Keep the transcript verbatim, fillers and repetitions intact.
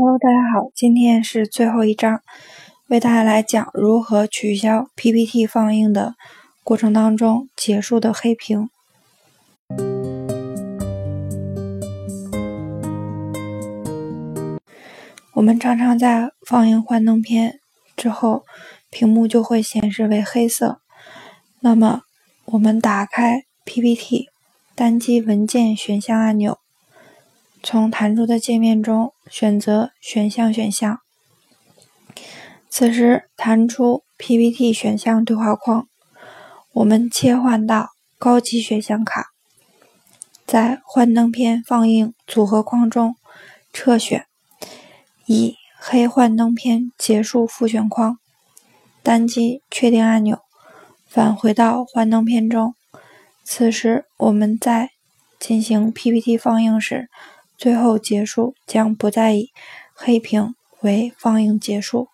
Hello，大家好，今天是最后一章，为大家来讲如何取消 P P T 放映的过程当中结束的黑屏。我们常常在放映幻灯片之后，屏幕就会显示为黑色。那么，我们打开 P P T， 单击文件选项按钮，从弹出的界面中选择选项选项。此时弹出 P P T 选项对话框，我们切换到高级选项卡，在幻灯片放映组合框中撤选以黑幻灯片结束复选框，单击确定按钮，返回到幻灯片中。此时我们在进行 P P T 放映时，最后结束将不再以黑屏为放映结束。